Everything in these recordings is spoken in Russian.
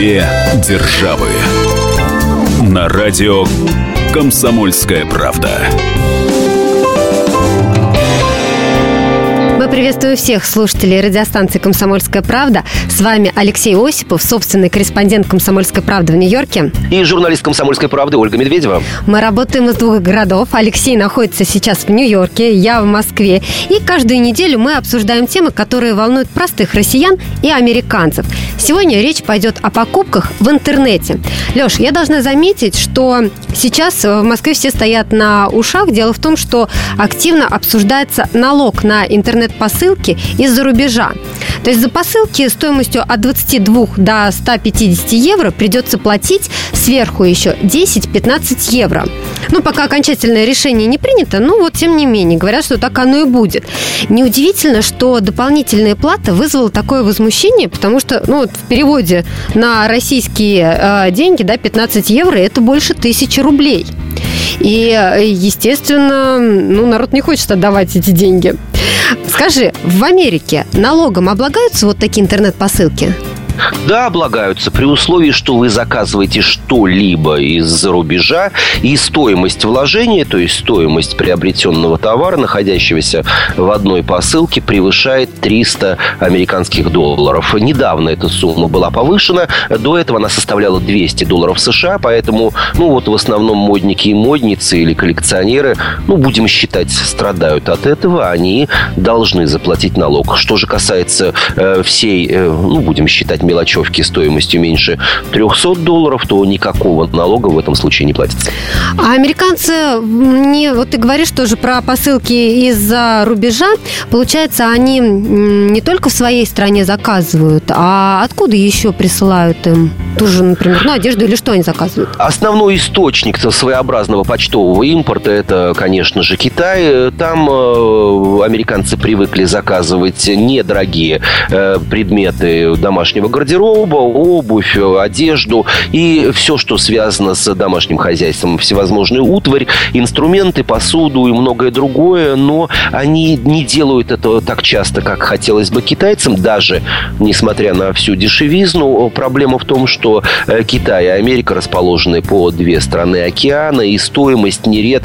Две державы. На радио «Комсомольская правда». Мы приветствуем всех слушателей радиостанции «Комсомольская правда». С вами Алексей Осипов, собственный корреспондент «Комсомольской правды» в Нью-Йорке. И журналист «Комсомольской правды» Ольга Медведева. Мы работаем из двух городов. Алексей находится сейчас в Нью-Йорке, я в Москве. И каждую неделю мы обсуждаем темы, которые волнуют простых россиян и американцев. Сегодня речь пойдет о покупках в интернете. Леш, я должна заметить, что сейчас в Москве все стоят на ушах. Дело в том, что активно обсуждается налог на интернет-посылки из-за рубежа. То есть за посылки стоимостью от 22 до 150 евро придется платить сверху еще 10-15 евро. Пока окончательное решение не принято, тем не менее, говорят, что так оно и будет. Неудивительно, что дополнительная плата вызвала такое возмущение, потому что, в переводе на российские деньги, 15 евро – это больше 1000 рублей. И, естественно, народ не хочет отдавать эти деньги. Скажи, в Америке налогом облагаются вот такие интернет-посылки? Да, облагаются при условии, что вы заказываете что-либо из-за рубежа, и стоимость вложения, то есть стоимость приобретенного товара, находящегося в одной посылке, превышает 300 американских долларов. Недавно эта сумма была повышена, до этого она составляла 200 долларов США, поэтому, в основном модники и модницы или коллекционеры, будем считать, страдают от этого, они должны заплатить налог. Что же касается всей, будем считать, мелочевки стоимостью меньше 300 долларов, то никакого налога в этом случае не платится. А американцы, ты говоришь тоже про посылки из-за рубежа, получается, они не только в своей стране заказывают, а откуда еще присылают им? Ту же, например, одежду или что они заказывают? Основной источник своеобразного почтового импорта – это, конечно же, Китай. Там американцы привыкли заказывать недорогие предметы домашнего гардероба, обувь, одежду и все, что связано с домашним хозяйством. Всевозможную утварь, инструменты, посуду и многое другое. Но они не делают это так часто, как хотелось бы китайцам, даже несмотря на всю дешевизну. Проблема в том, что Китай и Америка расположены по две стороны океана, и стоимость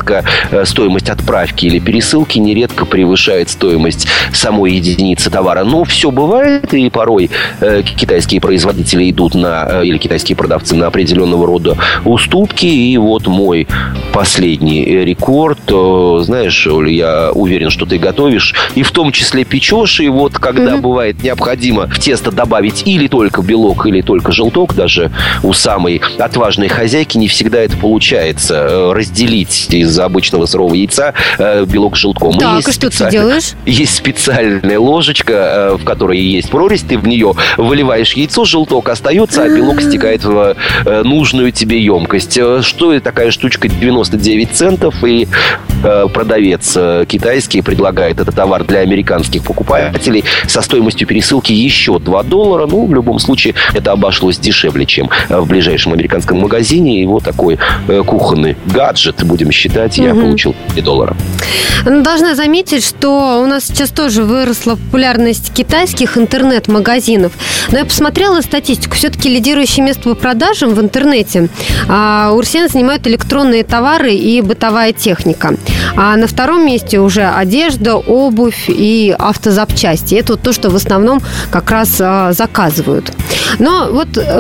отправки или пересылки нередко превышает стоимость самой единицы товара. Но все бывает, и порой китайские производители идут или китайские продавцы на определенного рода уступки. И вот мой последний рекорд. Знаешь, Оля, я уверен, что ты готовишь, и в том числе печешь. И когда бывает необходимо в тесто добавить или только белок, или только желток, даже у самой отважной хозяйки не всегда это получается разделить из обычного сырого яйца белок с желтком. Так, и что ты делаешь? Есть специальная ложечка, в которой есть прорезь, ты в нее выливаешь яйцо, желток остается, а белок стекает в нужную тебе емкость. Стоит такая штучка 99 центов, и продавец китайский предлагает этот товар для американских покупателей со стоимостью пересылки еще 2 доллара. В любом случае, это обошлось дешевле, чем в ближайшем американском магазине. И такой кухонный гаджет, будем считать, я получил 3 доллара. Должна заметить, что у нас сейчас тоже выросла популярность китайских интернет-магазинов. Но я посмотрела статистику. Все-таки лидирующее место по продажам в интернете у россиян занимают электронные товары и бытовая техника. А на втором месте уже одежда, обувь и автозапчасти. Это то, что в основном как раз заказывают. Но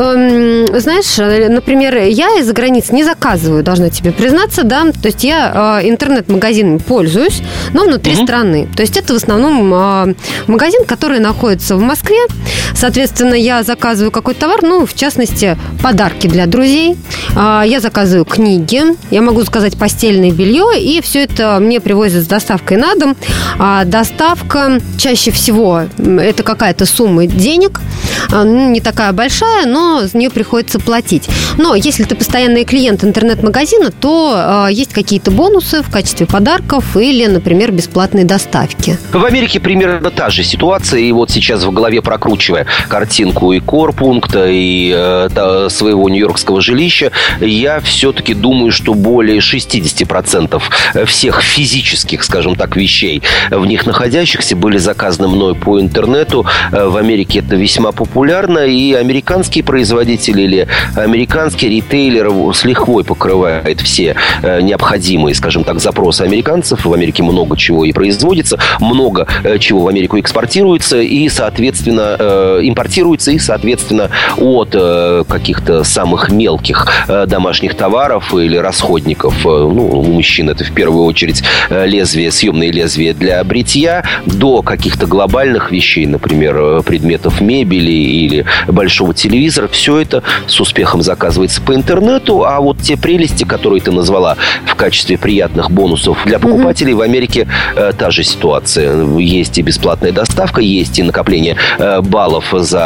знаешь, например, я из-за границы не заказываю, должна тебе признаться, да. То есть я интернет-магазином пользуюсь, но внутри страны. То есть это в основном магазин, который находится в Москве. Соответственно, я заказываю какой-то товар, в частности, подарки для друзей. Я заказываю книги, я могу заказать постельное белье, и все это мне привозят с доставкой на дом. Доставка чаще всего это какая-то сумма денег, не такая большая, но за нее приходится платить. Но если ты постоянный клиент интернет-магазина, то есть какие-то бонусы в качестве подарков или, например, бесплатной доставки. В Америке примерно та же ситуация. И сейчас в голове, прокручивая картинку и корпункта, и своего нью-йоркского жилища, я все-таки думаю, что более 60% всех физических, скажем так, вещей, в них находящихся, были заказаны мной по интернету. В Америке это весьма популярно. популярна, и американские производители или американские ритейлеры с лихвой покрывают все необходимые, скажем так, запросы американцев. В Америке много чего и производится, много чего в Америку экспортируется и, соответственно, импортируется, и, соответственно, от каких-то самых мелких домашних товаров или расходников. У мужчин это в первую очередь съемные лезвия для бритья, до каких-то глобальных вещей, например, предметов мебели или большого телевизора. Все это с успехом заказывается по интернету, а вот те прелести, которые ты назвала в качестве приятных бонусов для покупателей, в Америке та же ситуация. Есть и бесплатная доставка, есть и накопление баллов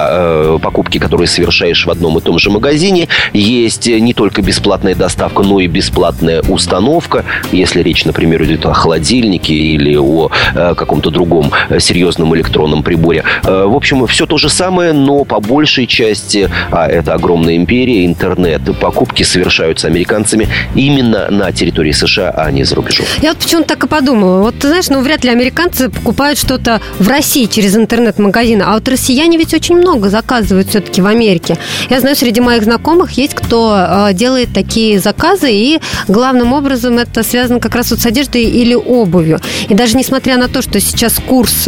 за покупки, которые совершаешь в одном и том же магазине. Есть не только бесплатная доставка, но и бесплатная установка, если речь, например, идет о холодильнике или о каком-то другом серьезном электронном приборе. В общем, все то же самое, но по большей части, а это огромная империя, интернет, покупки совершаются американцами именно на территории США, а не за рубежом. Я вот почему-то так и подумала. Вот, ты знаешь, вряд ли американцы покупают что-то в России через интернет-магазины, а вот россияне ведь очень много заказывают все-таки в Америке. Я знаю, среди моих знакомых есть кто делает такие заказы, и главным образом это связано как раз вот с одеждой или обувью. И даже несмотря на то, что сейчас курс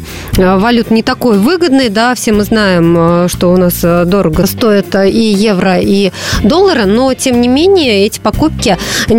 валют не такой выгодный, да, все мы знаем, что у нас дорого стоят и евро, и доллары, но, тем не менее, эти покупки,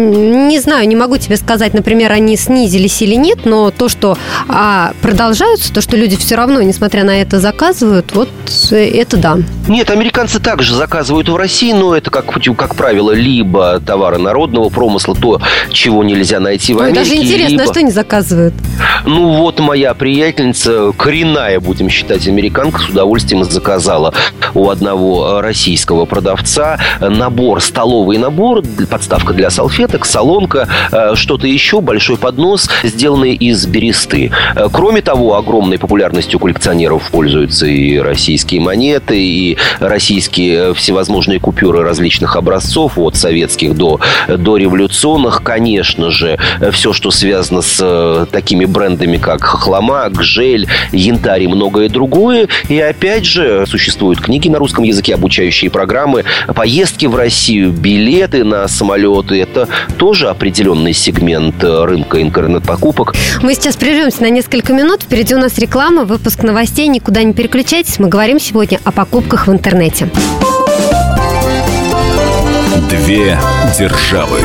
не знаю, не могу тебе сказать, например, они снизились или нет, но то, что продолжаются, то, что люди все равно, несмотря на это, заказывают, вот это да. Нет, американцы также заказывают в России, но это, как правило, либо товары народного промысла, то, чего нельзя найти в Америке. Даже интересно, что они заказывают? Вот моя приятельница, коренная, будем считать, американка, с удовольствием заказала у одного российского продавца столовый набор, подставка для салфеток, солонка, что-то еще, большой поднос, сделанный из бересты. Кроме того, огромной популярностью коллекционеров пользуются и российские монеты, и российские всевозможные купюры различных образцов, от советских до революционных. Конечно же, все, что связано с такими брендами, как Хохлома, Гжель, Янтарь и многое другое. И опять же, существуют книги на русском языке, обучающие программы, поездки в Россию, билеты на самолеты. Это тоже определенный сегмент рынка интернет-покупок. Мы сейчас прервемся на несколько минут. Впереди у нас реклама, выпуск новостей. Никуда не переключайтесь. Мы говорим сегодня о покупках в интернете. Две державы.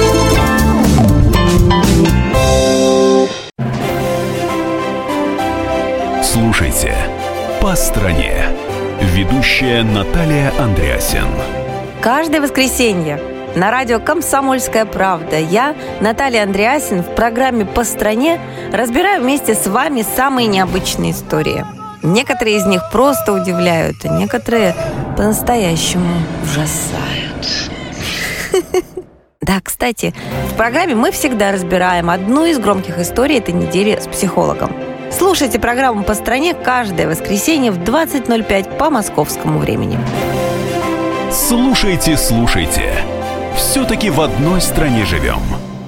Слушайте «По стране». Ведущая Наталья Андреасен. Каждое воскресенье на радио «Комсомольская правда» я, Наталья Андреасен, в программе «По стране» разбираю вместе с вами самые необычные истории. Некоторые из них просто удивляют, а некоторые по-настоящему ужасают. Да, кстати, в программе мы всегда разбираем одну из громких историй этой недели с психологом. Слушайте программу «По стране» каждое воскресенье в 20:05 по московскому времени. Слушайте. Все-таки в одной стране живем.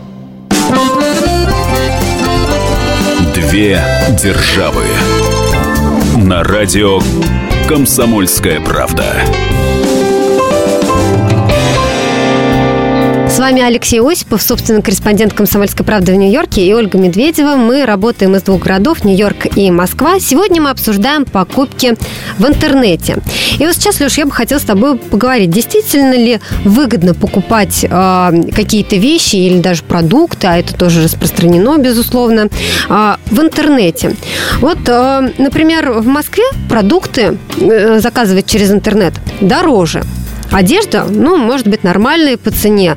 Две державы. На радио «Комсомольская правда». С вами Алексей Осипов, собственный корреспондент «Комсомольской правды» в Нью-Йорке, и Ольга Медведева. Мы работаем из двух городов, Нью-Йорк и Москва. Сегодня мы обсуждаем покупки в интернете. И вот сейчас, Леш, я бы хотела с тобой поговорить. Действительно ли выгодно покупать какие-то вещи или даже продукты, а это тоже распространено, безусловно, в интернете? Вот, например, в Москве продукты заказывать через интернет дороже. Одежда, может быть, нормальная по цене.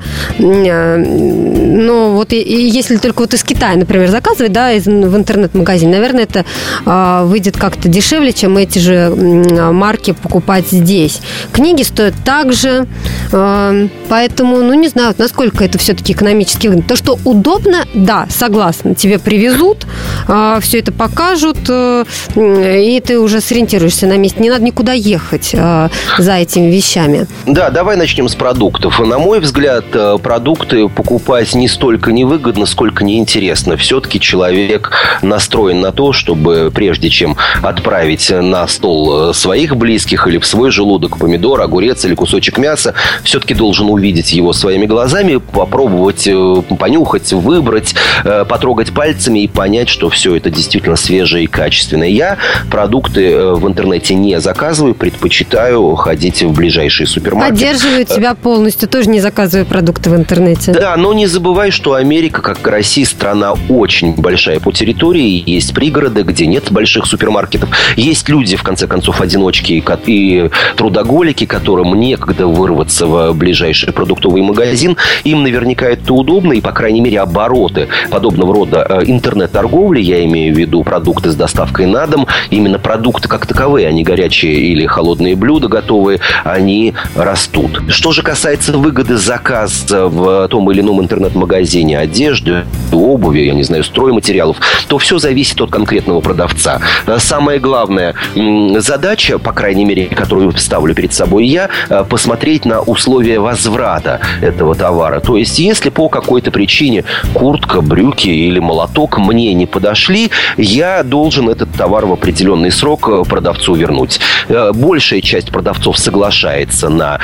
Но вот если только вот из Китая, например, заказывать, да, в интернет-магазине, наверное, это выйдет как-то дешевле, чем эти же марки покупать здесь. Книги стоят так же, поэтому, не знаю, насколько это все-таки экономически выгодно. То, что удобно, да, согласна, тебе привезут, все это покажут, и ты уже сориентируешься на месте. Не надо никуда ехать за этими вещами. Да, давай начнем с продуктов. На мой взгляд, продукты покупать не столько невыгодно, сколько неинтересно. Все-таки человек настроен на то, чтобы прежде чем отправить на стол своих близких или в свой желудок помидор, огурец или кусочек мяса, все-таки должен увидеть его своими глазами, попробовать, понюхать, выбрать, потрогать пальцами и понять, что все это действительно свежее и качественное. Я продукты в интернете не заказываю, предпочитаю ходить в ближайшие супермаркеты. Поддерживаю тебя полностью, тоже не заказываю продукты в интернете. Да, но не забывай, что Америка, как и Россия, страна очень большая по территории. Есть пригороды, где нет больших супермаркетов. Есть люди, в конце концов, одиночки и трудоголики, которым некогда вырваться в ближайший продуктовый магазин. Им наверняка это удобно, и, по крайней мере, обороты подобного рода интернет-торговли, я имею в виду продукты с доставкой на дом, именно продукты как таковые, а не горячие или холодные блюда готовые, они растут. Что же касается выгоды заказа в том или ином интернет-магазине одежды, обуви, я не знаю, стройматериалов, то все зависит от конкретного продавца. Самая главная задача, по крайней мере, которую ставлю перед собой я, посмотреть на условия возврата этого товара. То есть, если по какой-то причине куртка, брюки или молоток мне не подошли, я должен этот товар в определенный срок продавцу вернуть. Большая часть продавцов соглашается на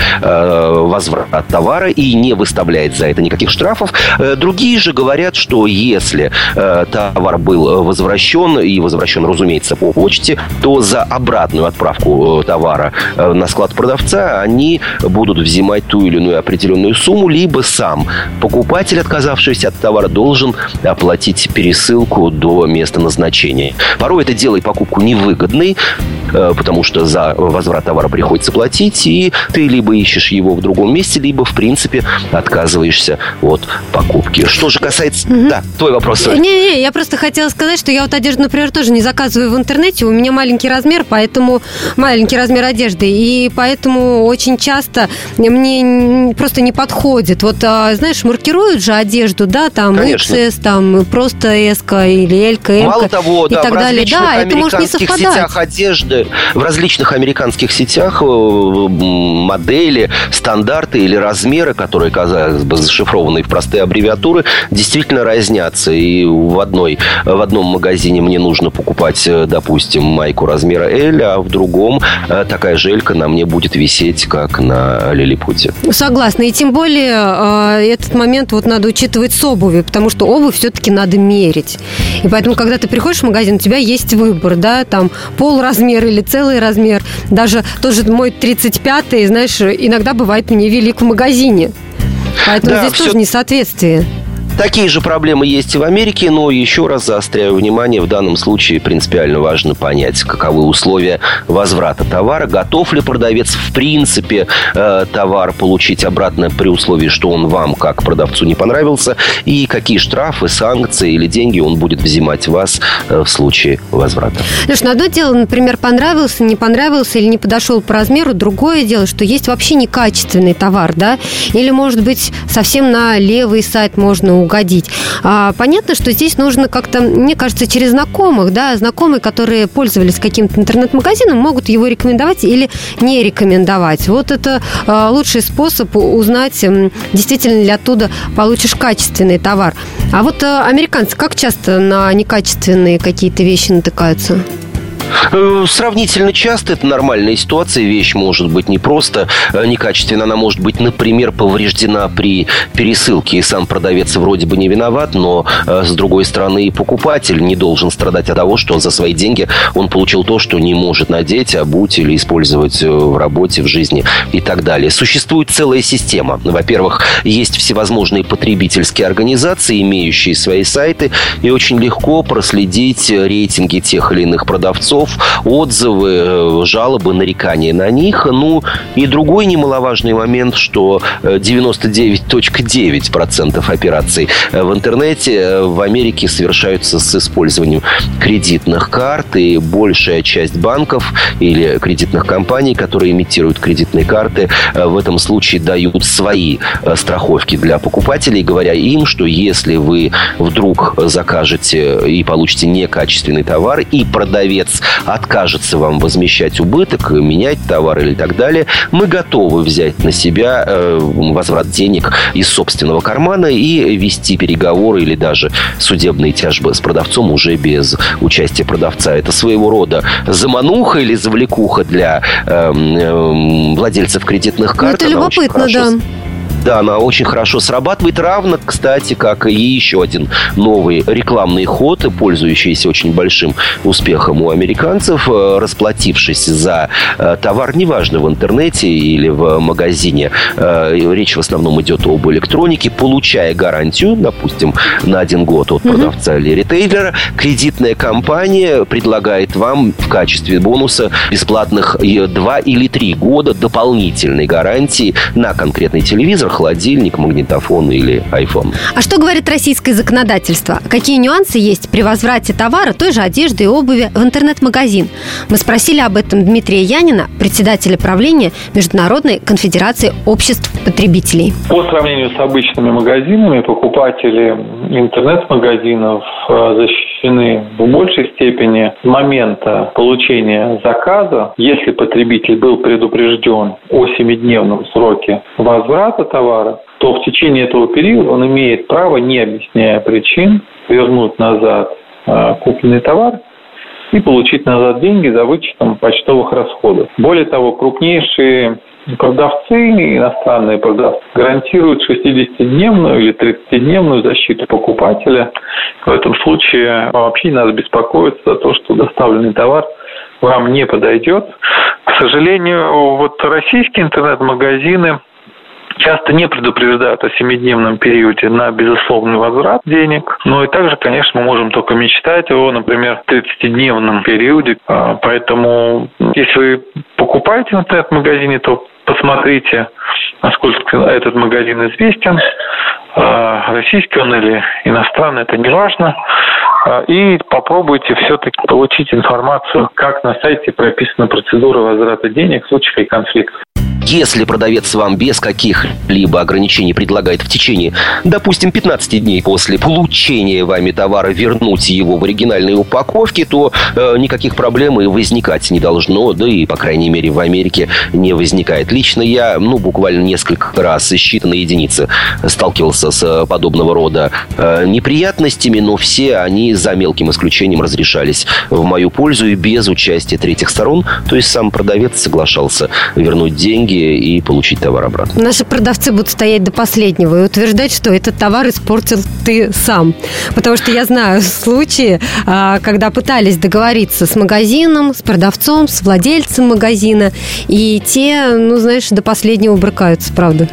возврат товара и не выставляет за это никаких штрафов. Другие же говорят, что если товар был возвращен, и возвращен, разумеется, по почте, то за обратную отправку товара на склад продавца они будут взимать ту или иную определенную сумму, либо сам покупатель, отказавшийся от товара, должен оплатить пересылку до места назначения. Порой это делает покупку невыгодной, потому что за возврат товара приходится платить, и ты либо ищешь его в другом месте, либо, в принципе, отказываешься от покупки. Что же касается... Да, твой вопрос. Не, я просто хотела сказать, что я вот одежду, например, тоже не заказываю в интернете. У меня маленький размер, поэтому маленький размер одежды, и поэтому очень часто мне просто не подходит. Вот, знаешь, маркируют же одежду, да, там XS, там просто S или L, M. Мало того, и да, так в далее. Да, это может не различных совпадать. Сетях одежды, в различных американских сетях модели, стандарты или размеры, которые, казалось бы, зашифрованы в простые аббревиатуры, действительно разнятся. И в одном магазине мне нужно покупать, допустим, майку размера L, а в другом такая же L-ка на мне будет висеть, как на лилипуте. Согласна. И тем более этот момент вот надо учитывать с обувью, потому что обувь все-таки надо мерить. И поэтому, когда ты приходишь в магазин, у тебя есть выбор, да, там полразмер или целый размер. Даже тоже мой 35-й, знаешь, иногда бывает мне велик в магазине. Поэтому здесь тоже несоответствие. Такие же проблемы есть и в Америке, но еще раз заостряю внимание, в данном случае принципиально важно понять, каковы условия возврата товара, готов ли продавец в принципе товар получить обратно при условии, что он вам, как продавцу, не понравился, и какие штрафы, санкции или деньги он будет взимать вас в случае возврата. Леш, одно дело, например, понравился, не понравился или не подошел по размеру, другое дело, что есть вообще некачественный товар, да, или, может быть, совсем на левый сайт можно угодить. Понятно, что здесь нужно как-то, мне кажется, через знакомых, да, знакомые, которые пользовались каким-то интернет-магазином, могут его рекомендовать или не рекомендовать. Вот это лучший способ узнать, действительно ли оттуда получишь качественный товар. А вот американцы как часто на некачественные какие-то вещи натыкаются? Сравнительно часто. Это нормальная ситуация. Вещь может быть не просто некачественна. Она может быть, например, повреждена при пересылке. И сам продавец вроде бы не виноват, но, с другой стороны, и покупатель не должен страдать от того, что за свои деньги он получил то, что не может надеть, обуть или использовать в работе, в жизни и так далее. Существует целая система. Во-первых, есть всевозможные потребительские организации, имеющие свои сайты, и очень легко проследить рейтинги тех или иных продавцов, отзывы, жалобы, нарекания на них. Ну, и другой немаловажный момент, что 99.9% операций в интернете в Америке совершаются с использованием кредитных карт, и большая часть банков или кредитных компаний, которые имитируют кредитные карты, в этом случае дают свои страховки для покупателей, говоря им, что если вы вдруг закажете и получите некачественный товар, и продавец откажется вам возмещать убыток, менять товар или так далее, мы готовы взять на себя возврат денег из собственного кармана и вести переговоры или даже судебные тяжбы с продавцом уже без участия продавца. Это своего рода замануха или завлекуха для владельцев кредитных карт. Это любопытно, да. Да, она очень хорошо срабатывает, равно, кстати, как и еще один новый рекламный ход, пользующийся очень большим успехом у американцев. Расплатившись за товар, неважно, в интернете или в магазине, речь в основном идет об электронике, получая гарантию, допустим, на 1 год от продавца или ритейлера, кредитная компания предлагает вам в качестве бонуса бесплатных 2 или 3 года дополнительной гарантии на конкретный телевизор, холодильник, магнитофон или iPhone. А что говорит российское законодательство? Какие нюансы есть при возврате товара, той же одежды и обуви в интернет-магазин? Мы спросили об этом Дмитрия Янина, председателя правления Международной конфедерации обществ потребителей. По сравнению с обычными магазинами, покупатели интернет-магазинов защищены в большей степени с момента получения заказа. Если потребитель был предупрежден о 7-дневном сроке возврата товара, то в течение этого периода он имеет право, не объясняя причин, вернуть назад купленный товар и получить назад деньги за вычетом почтовых расходов. Более того, крупнейшие продавцы, иностранные продавцы, гарантируют 60-дневную или 30-дневную защиту покупателя. В этом случае вообще не надо беспокоиться за то, что доставленный товар вам не подойдет. К сожалению, российские интернет-магазины часто не предупреждают о 7-дневном периоде на безусловный возврат денег. Но и также, конечно, мы можем только мечтать о, например, 30-дневном периоде. Поэтому, если вы покупаете в интернет-магазине, то посмотрите, насколько этот магазин известен. Российский он или иностранный, это не важно. И попробуйте все-таки получить информацию, как на сайте прописана процедура возврата денег в случае конфликта. Если продавец вам без каких-либо ограничений предлагает в течение, допустим, 15 дней после получения вами товара вернуть его в оригинальной упаковке, то никаких проблем и возникать не должно, да и, по крайней мере, в Америке не возникает. Лично я, буквально несколько раз, считанные единицы, сталкивался с подобного рода неприятностями, но все они, за мелким исключением, разрешались в мою пользу и без участия третьих сторон, то есть сам продавец соглашался вернуть деньги и получить товар обратно. Наши продавцы будут стоять до последнего и утверждать, что этот товар испортил ты сам. Потому что я знаю случаи, когда пытались договориться с магазином, с продавцом, с владельцем магазина, и те, до последнего брыкаются, правда.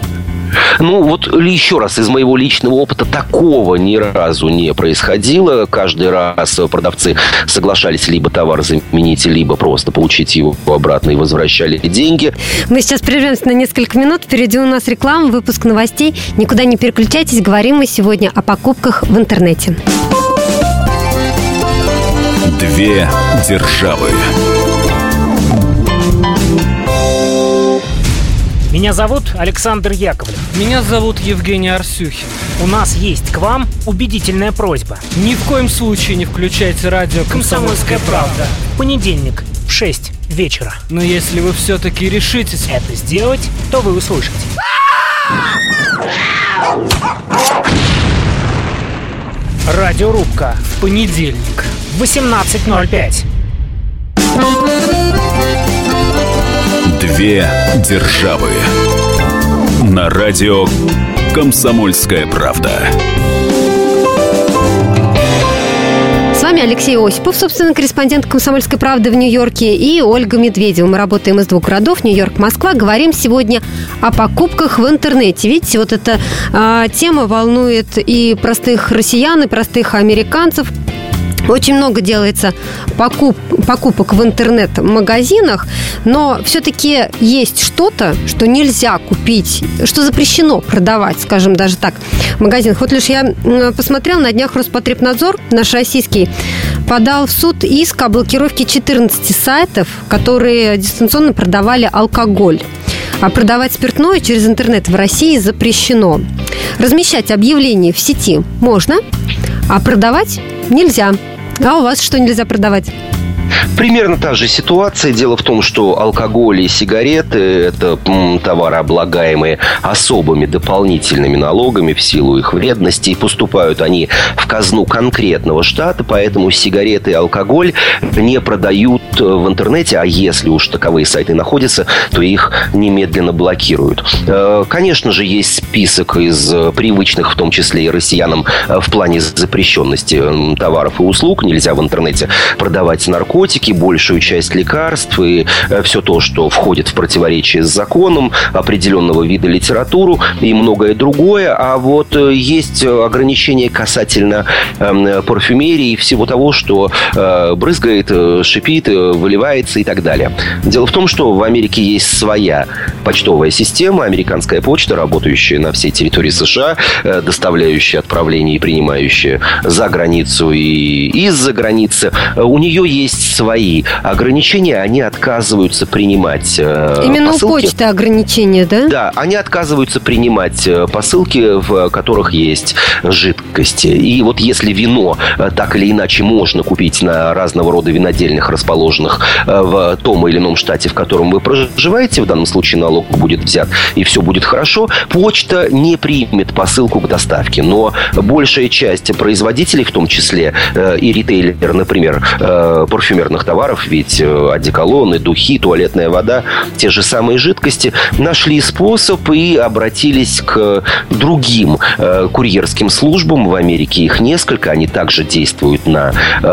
Еще раз, из моего личного опыта такого ни разу не происходило. Каждый раз продавцы соглашались либо товар заменить, либо просто получить его обратно и возвращали деньги. Мы сейчас прервемся на несколько минут. Впереди у нас реклама, выпуск новостей. Никуда не переключайтесь. Говорим мы сегодня о покупках в интернете. Две державы. Меня зовут Александр Яковлев. Меня зовут Евгений Арсюхин. У нас есть к вам убедительная просьба. Ни в коем случае не включайте радио «Комсомольская правда» В понедельник в 6 вечера. Но если вы все-таки решитесь это сделать, то вы услышите. Радиорубка в понедельник в 18:05. Две державы. На радио «Комсомольская правда». С вами Алексей Осипов, собственно, корреспондент «Комсомольской правды» в Нью-Йорке, и Ольга Медведева. Мы работаем из 2 городов, Нью-Йорк, Москва. Говорим сегодня о покупках в интернете. Видите, эта тема волнует и простых россиян, и простых американцев. Очень много делается покупок в интернет-магазинах, но все-таки есть что-то, что нельзя купить, что запрещено продавать, скажем даже так, в магазинах. Лишь я посмотрела, на днях Роспотребнадзор, наш российский, подал в суд иск о блокировке 14 сайтов, которые дистанционно продавали алкоголь. А продавать спиртное через интернет в России запрещено. Размещать объявления в сети можно, а продавать нельзя. А у вас что нельзя продавать? Примерно та же ситуация. Дело в том, что алкоголь и сигареты – это товары, облагаемые особыми дополнительными налогами в силу их вредности. И поступают они в казну конкретного штата, поэтому сигареты и алкоголь не продают в интернете, а если уж таковые сайты находятся, то их немедленно блокируют. Конечно же, есть список из привычных, в том числе и россиянам, в плане запрещенности товаров и услуг. Нельзя в интернете продавать наркотики, большую часть лекарств и все то, что входит в противоречие с законом, определенного вида литературу и многое другое. А вот есть ограничения касательно парфюмерии и всего того, что брызгает, шипит, выливается и так далее. Дело в том, что в Америке есть своя почтовая система, американская почта, работающая на всей территории США, доставляющая отправления и принимающая за границу и из-за границы. У нее есть свои ограничения, они отказываются принимать именно посылки. У почты ограничения, да? Да, они отказываются принимать посылки, в которых есть жидкости. И вот если вино так или иначе можно купить на разного рода винодельнях, расположенных в том или ином штате, в котором вы проживаете, в данном случае налог будет взят, и все будет хорошо, почта не примет посылку к доставке. Но большая часть производителей, в том числе и ритейлер, например, парфюмерных товаров, ведь одеколоны, духи, туалетная вода, те же самые жидкости, нашли способ и обратились к другим курьерским службам. В Америке их несколько. Они также действуют на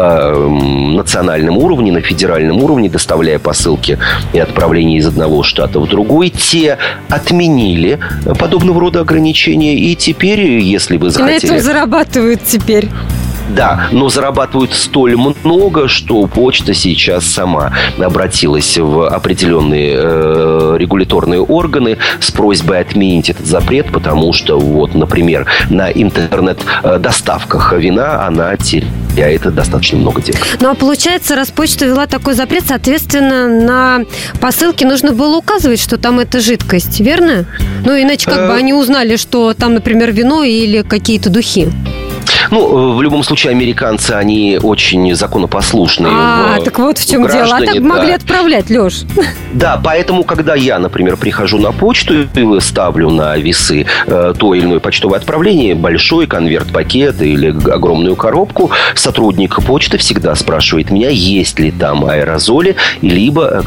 национальном уровне, на федеральном уровне, доставляя посылки и отправления из одного штата в другой. Те отменили подобного рода ограничения. И теперь, если вы захотели... На этом зарабатывают теперь. Да, но зарабатывают столь много, что почта сейчас сама обратилась в определенные регуляторные органы с просьбой отменить этот запрет, потому что, вот, например, на интернет-доставках вина она теряет достаточно много денег. Ну, а получается, раз почта ввела такой запрет, соответственно, на посылке нужно было указывать, что там эта жидкость, верно? Ну, иначе как бы они узнали, что там, например, вино или какие-то духи. Ну, в любом случае, американцы, они очень законопослушные. Так вот в чем дело. А так могли отправлять, Леш. Да, поэтому, когда я, например, прихожу на почту и ставлю на весы то или иное почтовое отправление, большой конверт-пакет или огромную коробку, сотрудник почты всегда спрашивает меня, есть ли там аэрозоли, либо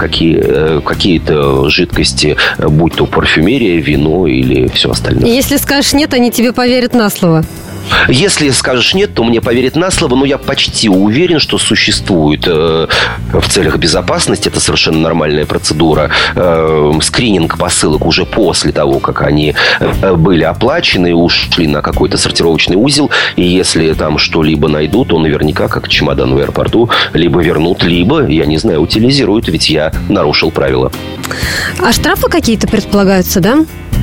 какие-то жидкости, будь то парфюмерия, вино или все остальное. И если скажешь нет, они тебе поверят на слово. Если скажешь нет, то мне поверят на слово, но я почти уверен, что существует в целях безопасности, это совершенно нормальная процедура, скрининг посылок уже после того, как они были оплачены, ушли на какой-то сортировочный узел, и если там что-либо найдут, то наверняка, как чемодан в аэропорту, либо вернут, либо, я не знаю, утилизируют, ведь я нарушил правила. А штрафы какие-то предполагаются, да?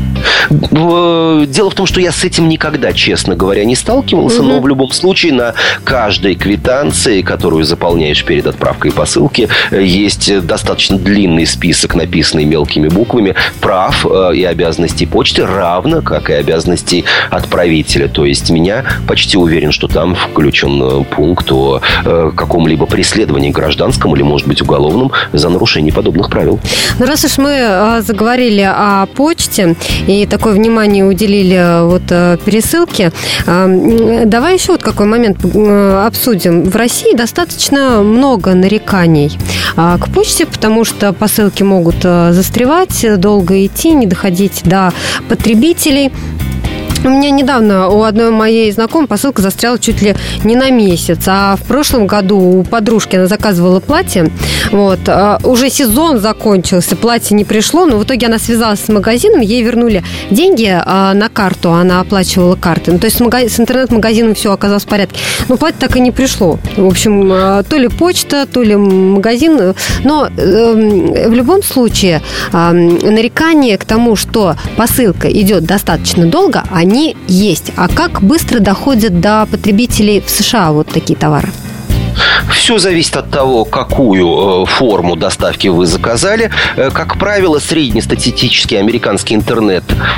Дело в том, что я с этим никогда, честно говоря, не сталкивался, но в любом случае на каждой квитанции, которую заполняешь перед отправкой посылки, есть достаточно длинный список, написанный мелкими буквами, прав и обязанностей почты, равно как и обязанностей отправителя. То есть меня почти уверен, что там включен пункт о каком-либо преследовании гражданском или, может быть, уголовном за нарушение подобных правил. Ну, раз уж мы заговорили о почте и такое внимание уделили вот пересылке, давай еще вот какой момент обсудим. В России достаточно много нареканий к почте, потому что посылки могут застревать, долго идти, не доходить до потребителей. У меня недавно у одной моей знакомой посылка застряла чуть ли не на месяц. А в прошлом году у подружки она заказывала платье. Вот. Уже сезон закончился, платье не пришло. Но в итоге она связалась с магазином, ей вернули деньги на карту. Она оплачивала карты. Ну, то есть с интернет-магазином все оказалось в порядке. Но платье так и не пришло. В общем, то ли почта, то ли магазин. Но в любом случае нарекания к тому, что посылка идет достаточно долго, они есть. А как быстро доходят до потребителей в США вот такие товары? Все зависит от того, какую форму доставки вы заказали. Как правило, среднестатистический американский интернет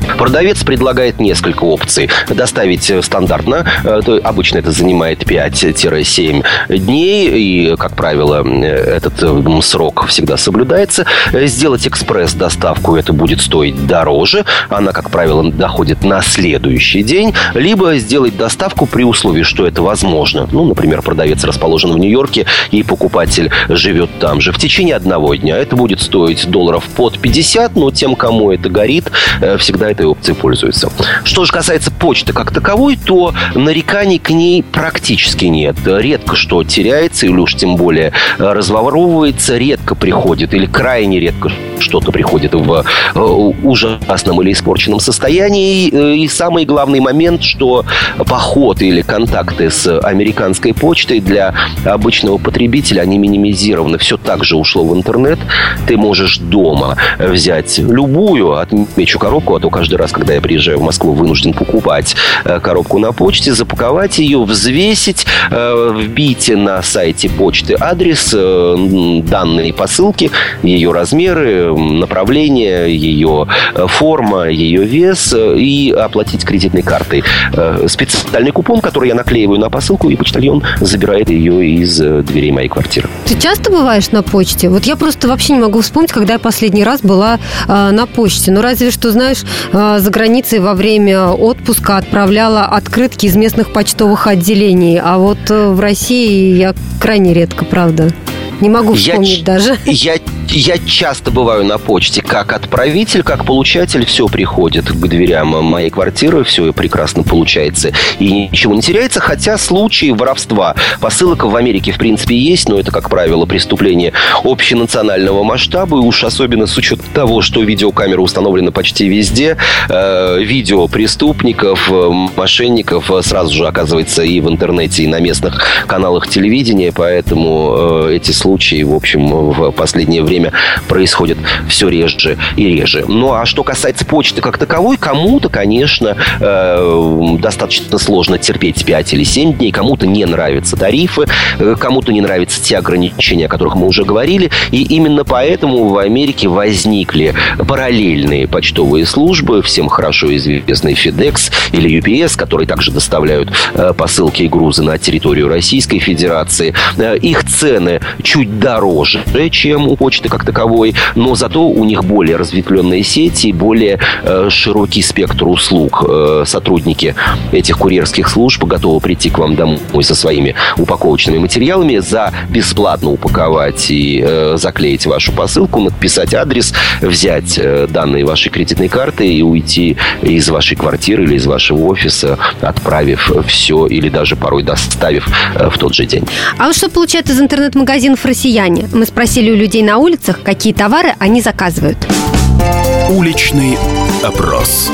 Продавец предлагает несколько опций. Доставить стандартно, обычно это занимает 5-7 дней, и, как правило, этот срок всегда соблюдается. Сделать экспресс-доставку, это будет стоить дороже. Она, как правило, доходит на следующий день. Либо сделать доставку при условии, что это возможно. Например, продавец расположен в Нью-Йорке, и покупатель живет там же. В течение одного дня это будет стоить $50, но тем, кому это горит, всегда этой опцией пользуются. Что же касается почты как таковой, то нареканий к ней практически нет. Редко что теряется, или уж тем более разворовывается, редко приходит, или крайне редко что-то приходит в ужасном или испорченном состоянии. И самый главный момент, что поход или контакты с американской почтой для обычного потребителя, они минимизированы. Все так же ушло в интернет. Ты можешь дома взять любую, отмечу коробку, а то каждый раз, когда я приезжаю в Москву, вынужден покупать коробку на почте, запаковать ее, взвесить, вбить на сайте почты адрес, данные посылки, ее размеры, направление, ее форма, ее вес, и оплатить кредитной картой. Специальный купон, который я наклеиваю на посылку, и почтальон забирает ее из дверей моей квартиры. Ты часто бываешь на почте? Вот я просто вообще не могу вспомнить, когда я последний раз была на почте. Разве что, знаешь, за границей во время отпуска отправляла открытки из местных почтовых отделений. А вот в России я крайне редко, правда. Не могу вспомнить даже. Я часто бываю на почте как отправитель, как получатель. Все приходит к дверям моей квартиры, все прекрасно получается и ничего не теряется. Хотя случаи воровства посылок в Америке в принципе есть, но это, как правило, преступление общенационального масштаба. И уж особенно с учетом того, что видеокамера установлена почти везде, видео преступников, мошенников сразу же оказывается и в интернете, и на местных каналах телевидения. Поэтому эти случаи, в общем, в последнее время происходит все реже и реже. А что касается почты как таковой, кому-то, конечно, достаточно сложно терпеть 5 или 7 дней, кому-то не нравятся тарифы, кому-то не нравятся те ограничения, о которых мы уже говорили, и именно поэтому в Америке возникли параллельные почтовые службы, всем хорошо известные FedEx или UPS, которые также доставляют посылки и грузы на территорию Российской Федерации. Их цены чуть дороже, чем у почты как таковой, но зато у них более разветвленные сети и более широкий спектр услуг. Сотрудники этих курьерских служб готовы прийти к вам домой со своими упаковочными материалами, бесплатно упаковать и заклеить вашу посылку, написать адрес, взять данные вашей кредитной карты и уйти из вашей квартиры или из вашего офиса, отправив все или даже порой доставив в тот же день. А вот что получают из интернет-магазинов россияне? Мы спросили у людей на улицах, какие товары они заказывают. Уличный опрос.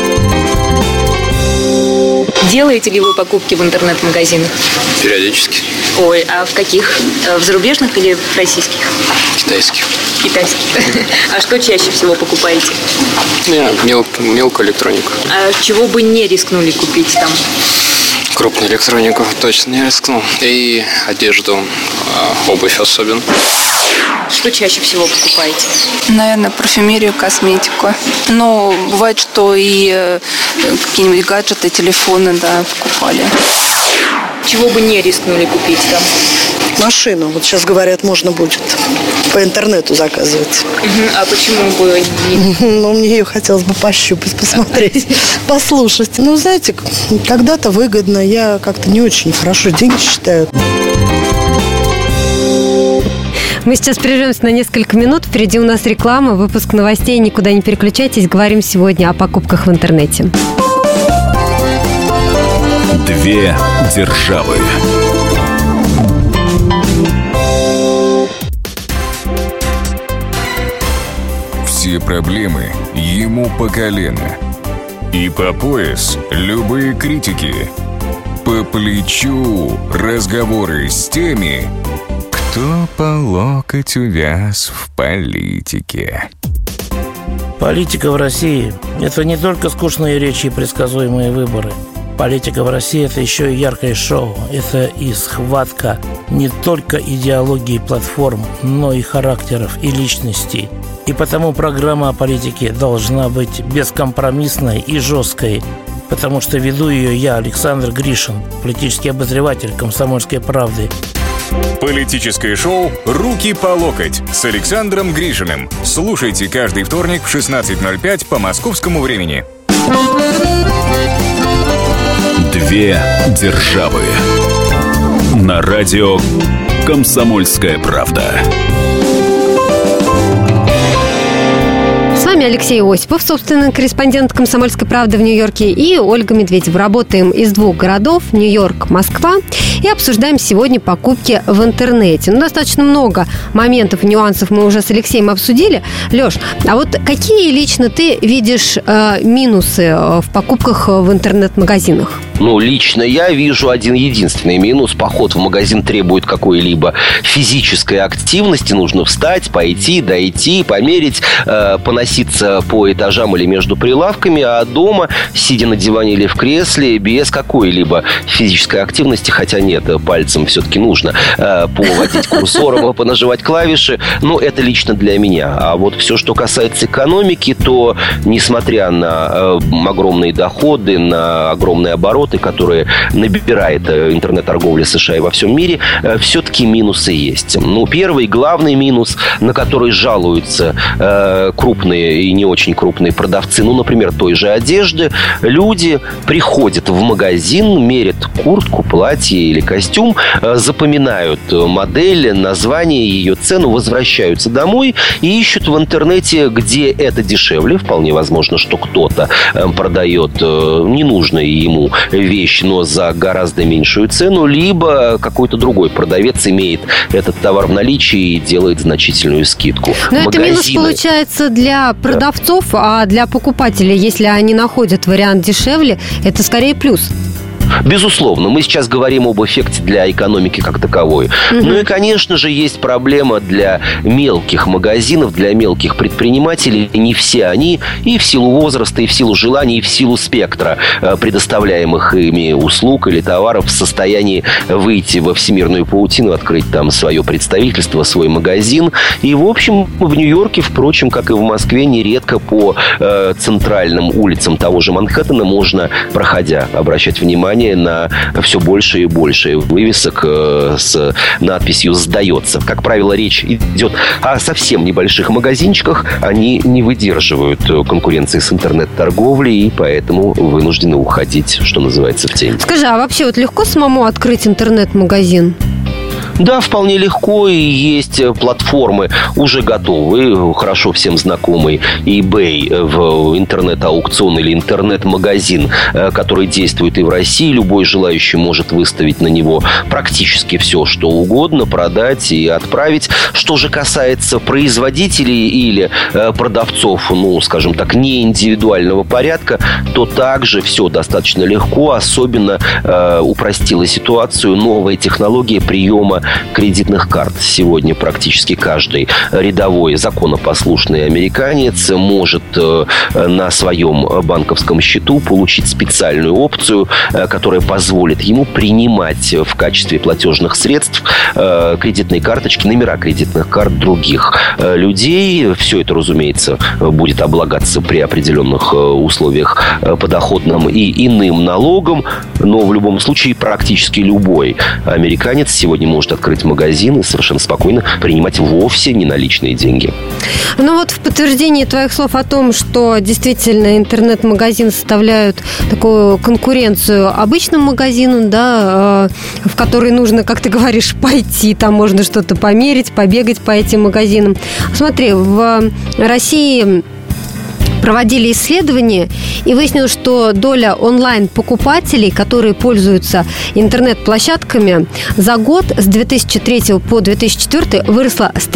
Делаете ли вы покупки в интернет-магазинах? Периодически. Ой, а в каких? В зарубежных или в российских? Китайских. Китайских. А что чаще всего покупаете? Мелкую электронику. А чего бы не рискнули купить там? Крупную электронику точно не рискнул. И одежду, обувь особенно. Что чаще всего покупаете? Наверное, парфюмерию, косметику. Но бывает, что и какие-нибудь гаджеты, телефоны, покупали. Чего бы не рискнули купить там? Машину. Вот сейчас говорят, можно будет по интернету заказывать. А почему бы не? Мне ее хотелось бы пощупать, посмотреть, послушать. Знаете, когда-то выгодно. Я как-то не очень хорошо деньги считаю. Мы сейчас прервемся на несколько минут. Впереди у нас реклама, выпуск новостей. Никуда не переключайтесь. Говорим сегодня о покупках в интернете. Две державы. Все проблемы ему по колено. И по пояс любые критики. По плечу разговоры с теми, кто по локоть увяз в политике. Политика в России – это не только скучные речи и предсказуемые выборы. Политика в России – это еще и яркое шоу. Это и схватка не только идеологии платформ, но и характеров и личностей. И потому программа о политике должна быть бескомпромиссной и жесткой, потому что веду ее я, Александр Гришин, политический обозреватель «Комсомольской правды». Политическое шоу «Руки по локоть» с Александром Гришиным. Слушайте каждый вторник в 16:05 по московскому времени. Две державы. На радио «Комсомольская правда». С вами Алексей Осипов, собственный корреспондент «Комсомольской правды» в Нью-Йорке, и Ольга Медведева. Работаем из двух городов – Нью-Йорк, Москва, и обсуждаем сегодня покупки в интернете. Достаточно много моментов и нюансов мы уже с Алексеем обсудили. Леш, а вот какие лично ты видишь минусы в покупках в интернет-магазинах? Лично я вижу один единственный минус. Поход в магазин требует какой-либо физической активности. Нужно встать, пойти, дойти, померить, поноситься по этажам или между прилавками. А дома, сидя на диване или в кресле, без какой-либо физической активности, хотя нет, пальцем все-таки нужно поводить курсором, понажимать клавиши. Но это лично для меня. А вот все, что касается экономики, то, несмотря на огромные доходы, на огромные обороты, которые набирает интернет-торговля США и во всем мире, все-таки минусы есть. Первый, главный минус, на который жалуются крупные и не очень крупные продавцы, например, той же одежды. Люди приходят в магазин, мерят куртку, платье или костюм, запоминают модель, название, ее цену, возвращаются домой и ищут в интернете, где это дешевле. Вполне возможно, что кто-то продает ненужные ему вещь, но за гораздо меньшую цену, либо какой-то другой продавец имеет этот товар в наличии и делает значительную скидку. Но это минус получается для продавцов, а для покупателей, если они находят вариант дешевле, это скорее плюс. Безусловно, мы сейчас говорим об эффекте для экономики как таковой. Ну и, конечно же, есть проблема для мелких магазинов, для мелких предпринимателей. Не все они и в силу возраста, и в силу желаний, и в силу спектра предоставляемых ими услуг или товаров в состоянии выйти во всемирную паутину, открыть там свое представительство, свой магазин. И, в общем, в Нью-Йорке, впрочем, как и в Москве, нередко по центральным улицам того же Манхэттена можно, проходя, обращать внимание на все больше и больше вывесок с надписью «Сдается». Как правило, речь идет о совсем небольших магазинчиках. Они не выдерживают конкуренции с интернет-торговлей и поэтому вынуждены уходить, что называется, в тень. Скажи, а вообще вот легко самому открыть интернет-магазин? Да, вполне легко, и есть платформы уже готовые, хорошо всем знакомый eBay, в интернет-аукцион или интернет-магазин, который действует и в России. Любой желающий может выставить на него практически все, что угодно, продать и отправить. Что же касается производителей или продавцов, скажем так, не индивидуального порядка, то также все достаточно легко. Особенно упростила ситуацию новая технология приема кредитных карт. Сегодня практически каждый рядовой законопослушный американец может на своем банковском счету получить специальную опцию, которая позволит ему принимать в качестве платежных средств кредитные карточки, номера кредитных карт других людей. Все это, разумеется, будет облагаться при определенных условиях подоходным и иным налогом, но в любом случае практически любой американец сегодня может открыть магазин и совершенно спокойно принимать вовсе не наличные деньги. Вот в подтверждении твоих слов о том, что действительно интернет-магазины составляют такую конкуренцию обычным магазинам, да, в который нужно, как ты говоришь, пойти, там можно что-то померить, побегать по этим магазинам. Смотри, в России проводили исследования, и выяснилось, что доля онлайн-покупателей, которые пользуются интернет-площадками, за год с 2003 по 2004 выросла с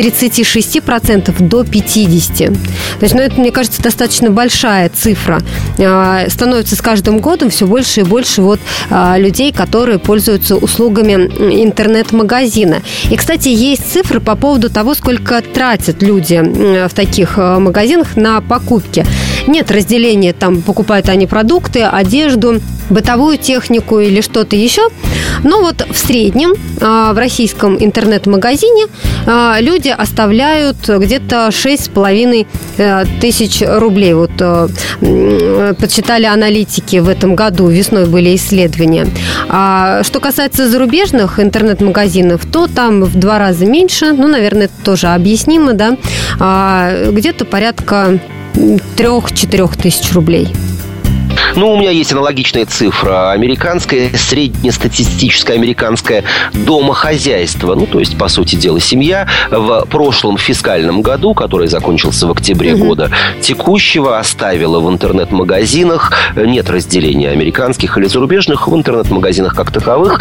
36% до 50%. То есть, это, мне кажется, достаточно большая цифра. Становится с каждым годом все больше и больше людей, которые пользуются услугами интернет-магазина. И, кстати, есть цифры по поводу того, сколько тратят люди в таких магазинах на покупки. Нет разделения, там покупают они продукты, одежду бытовую технику или что-то еще. Но вот в среднем в российском интернет-магазине люди оставляют где-то 6,5 тысяч рублей. Вот подсчитали аналитики в этом году, весной были исследования. А что касается зарубежных интернет-магазинов, то там в 2 раза меньше. Ну, наверное, это тоже объяснимо, да. Где-то порядка 3-4 тысяч рублей. Ну, у меня есть аналогичная цифра. Американское, среднестатистическое американское домохозяйство, ну, то есть, по сути дела, семья, в прошлом фискальном году, который закончился в октябре года текущего, оставила в интернет-магазинах, нет разделения американских или зарубежных, в интернет-магазинах как таковых,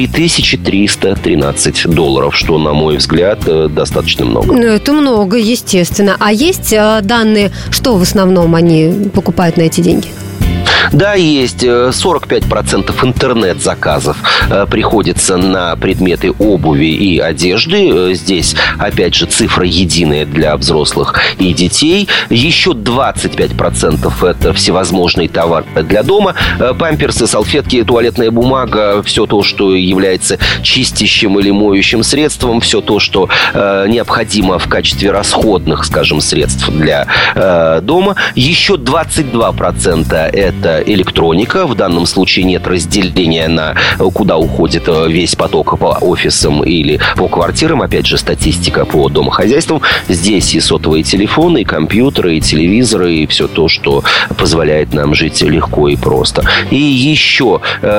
$3313, что, на мой взгляд, достаточно много. Ну, это много, естественно. А есть данные, что в основном они покупают на эти деньги? Да, есть. 45% интернет-заказов приходится на предметы обуви и одежды. Здесь, опять же, цифра единая для взрослых и детей. Еще 25% это всевозможные товары для дома. Памперсы, салфетки, туалетная бумага, все то, что является чистящим или моющим средством, все то, что необходимо в качестве расходных, скажем, средств для дома. Еще 22% это электроника. В данном случае нет разделения на куда уходит весь поток по офисам или по квартирам. Опять же, статистика по домохозяйствам. Здесь и сотовые телефоны, и компьютеры, и телевизоры, и все то, что позволяет нам жить легко и просто. И еще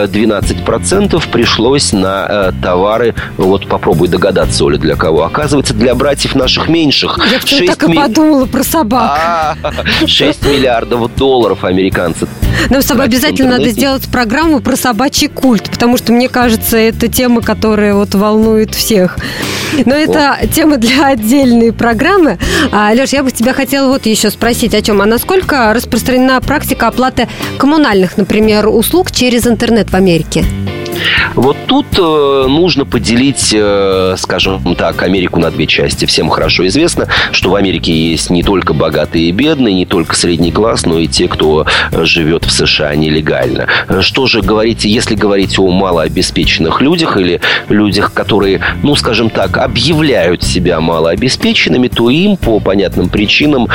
12% пришлось на товары, вот попробуй догадаться, Оля, для кого. Оказывается, для братьев наших меньших. Я так и подумала про собак. 6 миллиардов долларов американцы. Нам с тобой обязательно надо сделать программу про собачий культ, потому что, мне кажется, это тема, которая вот волнует всех. Но это тема для отдельной программы. Леш, я бы тебя хотела вот еще спросить о чем. А насколько распространена практика оплаты коммунальных, например, услуг через интернет в Америке? Вот тут нужно поделить, скажем так, Америку на 2 части. Всем хорошо известно, что в Америке есть не только богатые и бедные, не только средний класс, но и те, кто живет в США нелегально. Что же говорить, если говорить о малообеспеченных людях или людях, которые, ну, скажем так, объявляют себя малообеспеченными, то им по понятным причинам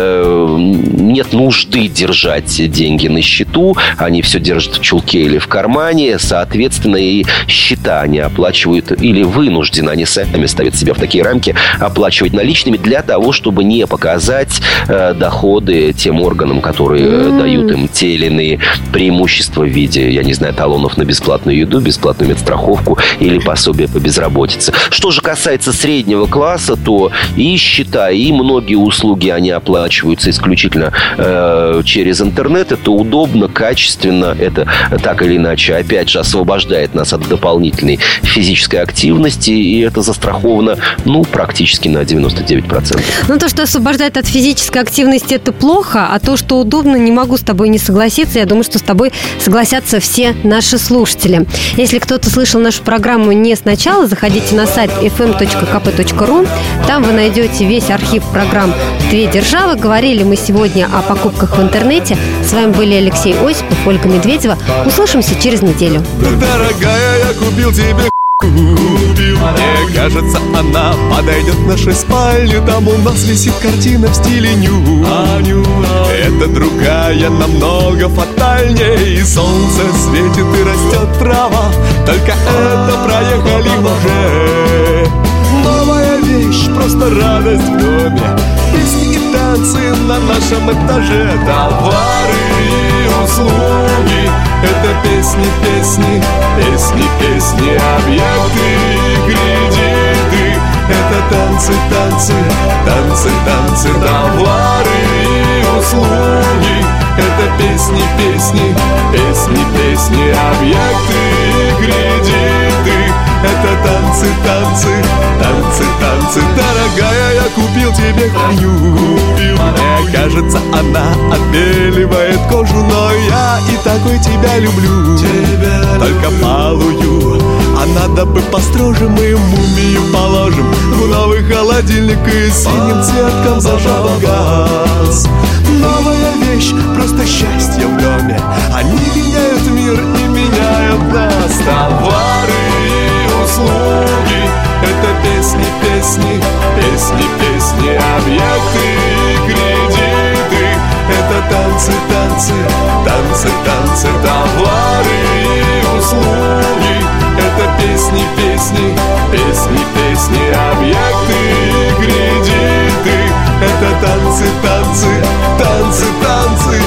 нет нужды держать деньги на счету. Они все держат в чулке или в кармане, соответственно, и счета они оплачивают или вынуждены, они сами ставят себя в такие рамки, оплачивать наличными для того, чтобы не показать доходы тем органам, которые дают им те или иные преимущества в виде, я не знаю, талонов на бесплатную еду, бесплатную медстраховку или пособие по безработице. Что же касается среднего класса, то и счета, и многие услуги, они оплачиваются исключительно через интернет. Это удобно, качественно, это так или иначе, опять же, освобождает нас от дополнительной физической активности, и это застраховано, ну, практически на 99%. Ну, то, что освобождает от физической активности, это плохо, а то, что удобно, не могу с тобой не согласиться. Я думаю, что с тобой согласятся все наши слушатели. Если кто-то слышал нашу программу не сначала, заходите на сайт fm.kp.ru. Там вы найдете весь архив программ «Две державы». Говорили мы сегодня о покупках в интернете. С вами были Алексей Осипов, Ольга Медведева. Услышимся через неделю. Дорогая, я купил тебе Мне кажется, она подойдет в нашей спальне. Там у нас висит картина в стиле ню. Это другая намного фатальнее. И солнце светит и растет трава. Только это проехали уже. Новая вещь, просто радость в доме. Песни и танцы на нашем этаже. Товары и услуги. Это песни, песни, песни, песни, объекты и кредиты. Это танцы, танцы, танцы, танцы, товары и услуги. Это песни, песни, песни, песни, объекты и кредиты. Это танцы, танцы, танцы, танцы. Дорогая, я купил тебе коню. Мне кажется, она отбеливает кожу, но я и такой тебя люблю. Только балую, а надо бы построже. Мы мумию положим в новый холодильник и синим цветком зажжем газ. Новая вещь, просто счастье в доме. Они меняют мир песни, песни, объекты и кредиты. Это танцы, танцы, танцы, танцы, товары и услуги. Это песни, песни, песни, песни, объекты и кредиты. Это танцы, танцы, танцы, танцы.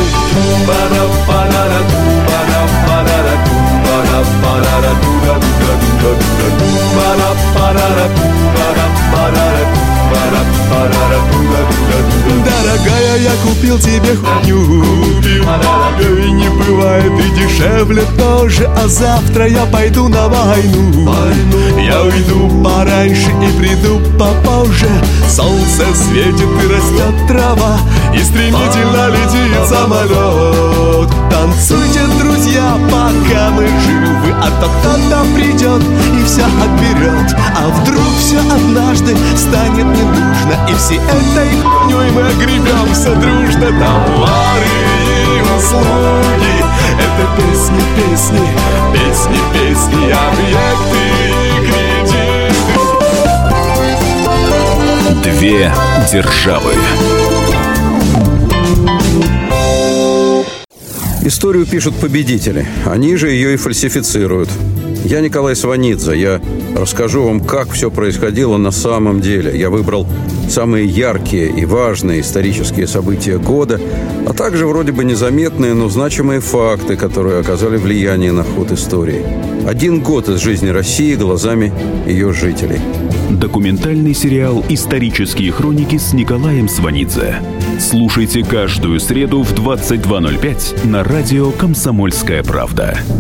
Дорогая, я купил тебе хуйню. И не бывает и дешевле тоже. А завтра я пойду на войну. Я уйду пораньше и приду попозже. Солнце светит и растет трава, и стремительно летит самолет. Танцуйте, друзья, пока мы живы, а то кто-то придет и все отберет. А вдруг все однажды станет не нужно, и всей этой хуйней мы огребемся дружно. Товары и услуги. Это песни, песни, песни, песни, объекты и кредиты. Две державы. Историю пишут победители. Они же ее и фальсифицируют. Я Николай Сванидзе. Я расскажу вам, как все происходило на самом деле. Я выбрал самые яркие и важные исторические события года, а также вроде бы незаметные, но значимые факты, которые оказали влияние на ход истории. 1 год из жизни России глазами ее жителей. Документальный сериал «Исторические хроники» с Николаем Сванидзе. Слушайте каждую среду в 22:05 на радио «Комсомольская правда».